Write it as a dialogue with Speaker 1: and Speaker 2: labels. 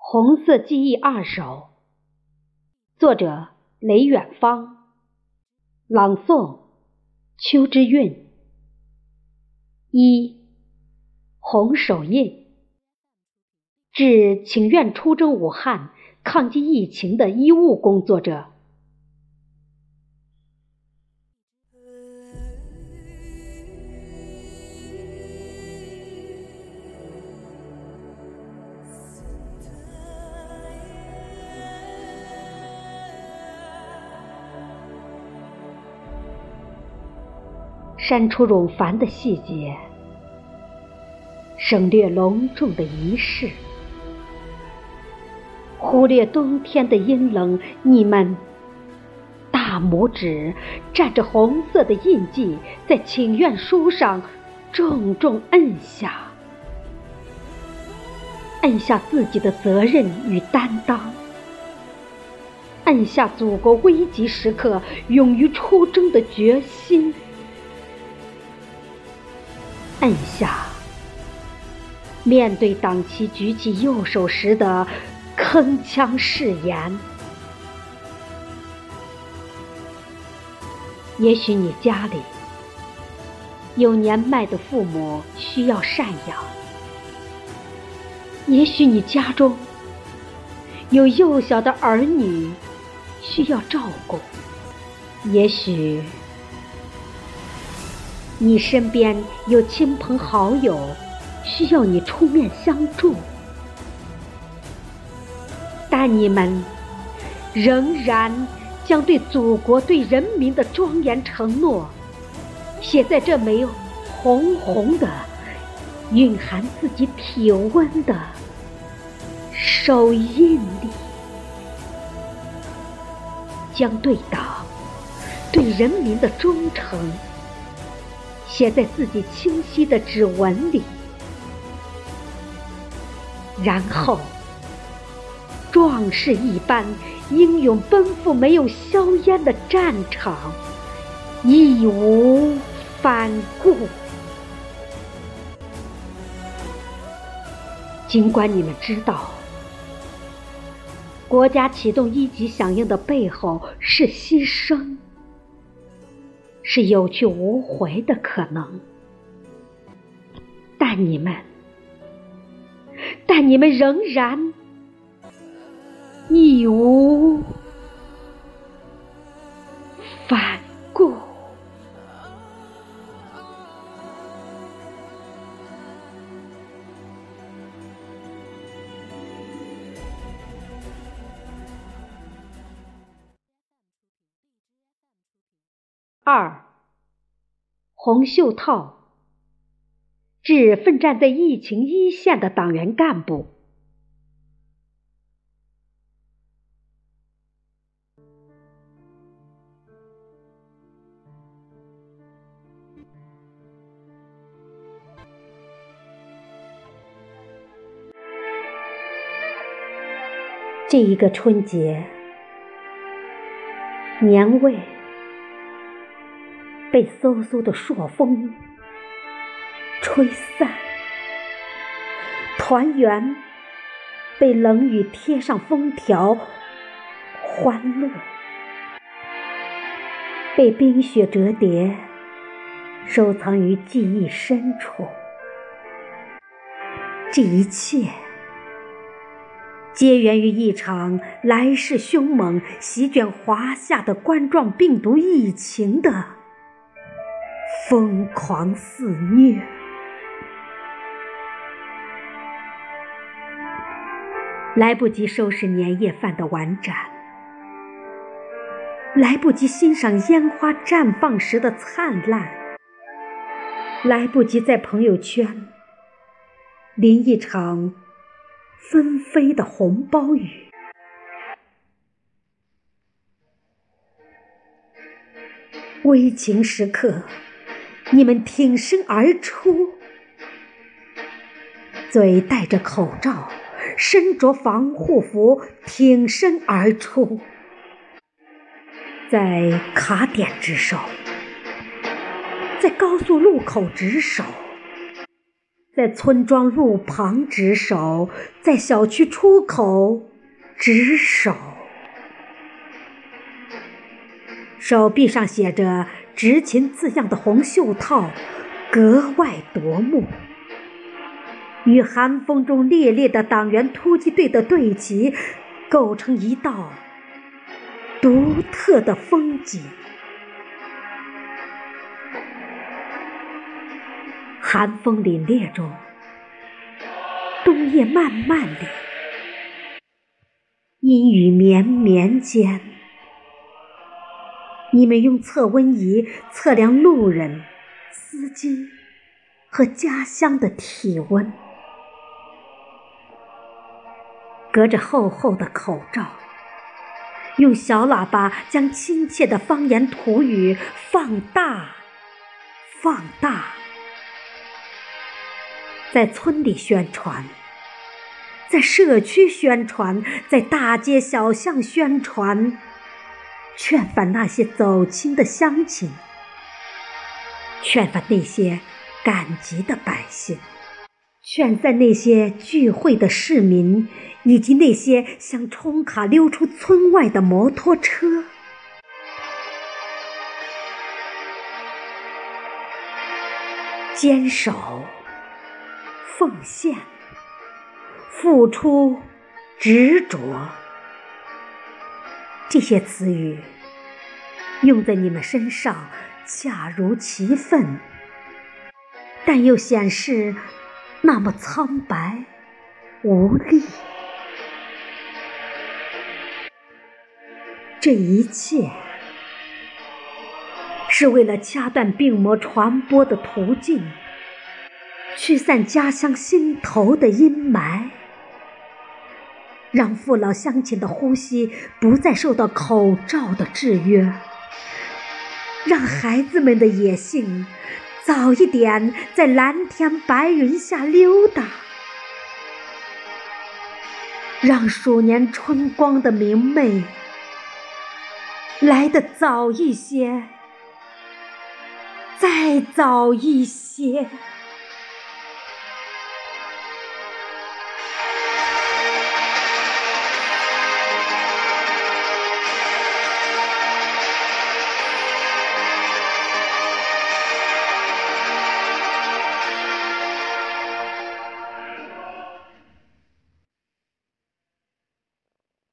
Speaker 1: 红色记忆二首，作者雷远芳，朗诵邱之韵。一、红手印，致请愿出征武汉抗击疫情的医务工作者。删除冗繁的细节，省略隆重的仪式，忽略冬天的阴冷。你们大拇指蘸着红色的印记，在请愿书上重重摁下，摁下自己的责任与担当，摁下祖国危急时刻勇于出征的决心，摁下面对党旗举起右手时的铿锵誓言。也许你家里有年迈的父母需要赡养，也许你家中有幼小的儿女需要照顾，也许你身边有亲朋好友需要你出面相助，但你们仍然将对祖国对人民的庄严承诺写在这枚红红的蕴含自己体温的手印里，将对党对人民的忠诚写在自己清晰的指纹里，然后壮士一般英勇奔赴没有硝烟的战场，义无反顾。尽管你们知道，国家启动一级响应的背后是牺牲，是有去无回的可能，但你们仍然义无反顾。二、红袖套，致奋战在疫情一线的党员干部。这一个春节，年味被嗖嗖的朔风吹散，团圆被冷雨贴上封条，欢乐被冰雪折叠，收藏于记忆深处。这一切皆源于一场来势凶猛、席卷华夏的冠状病毒疫情的疯狂肆虐。来不及收拾年夜饭的碗盏，来不及欣赏烟花绽放时的灿烂，来不及在朋友圈淋一场纷飞的红包雨。危情时刻，你们挺身而出，嘴戴着口罩，身着防护服，挺身而出，在卡点值守，在高速路口值守， 在村庄路旁值守，在小区出口值守。手臂上写着“执勤”字样的红袖套格外夺目，与寒风中猎猎的党员突击队的队旗构成一道独特的风景。寒风凛冽中，冬夜漫漫里，阴雨绵绵间，你们用测温仪测量路人、司机和家乡的体温，隔着厚厚的口罩，用小喇叭将亲切的方言土语放大，在村里宣传，在社区宣传，在大街小巷宣传，劝返那些走亲的乡亲，劝返那些赶集的百姓，劝散那些聚会的市民，以及那些想充卡溜出村外的摩托车。坚守、奉献、付出、执着，这些词语用在你们身上恰如其分，但又显示那么苍白无力。这一切是为了掐断病魔传播的途径，驱散家乡心头的阴霾，让父老乡亲的呼吸不再受到口罩的制约，让孩子们的野性早一点在蓝天白云下溜达，让鼠年春光的明媚来得早一些，再早一些。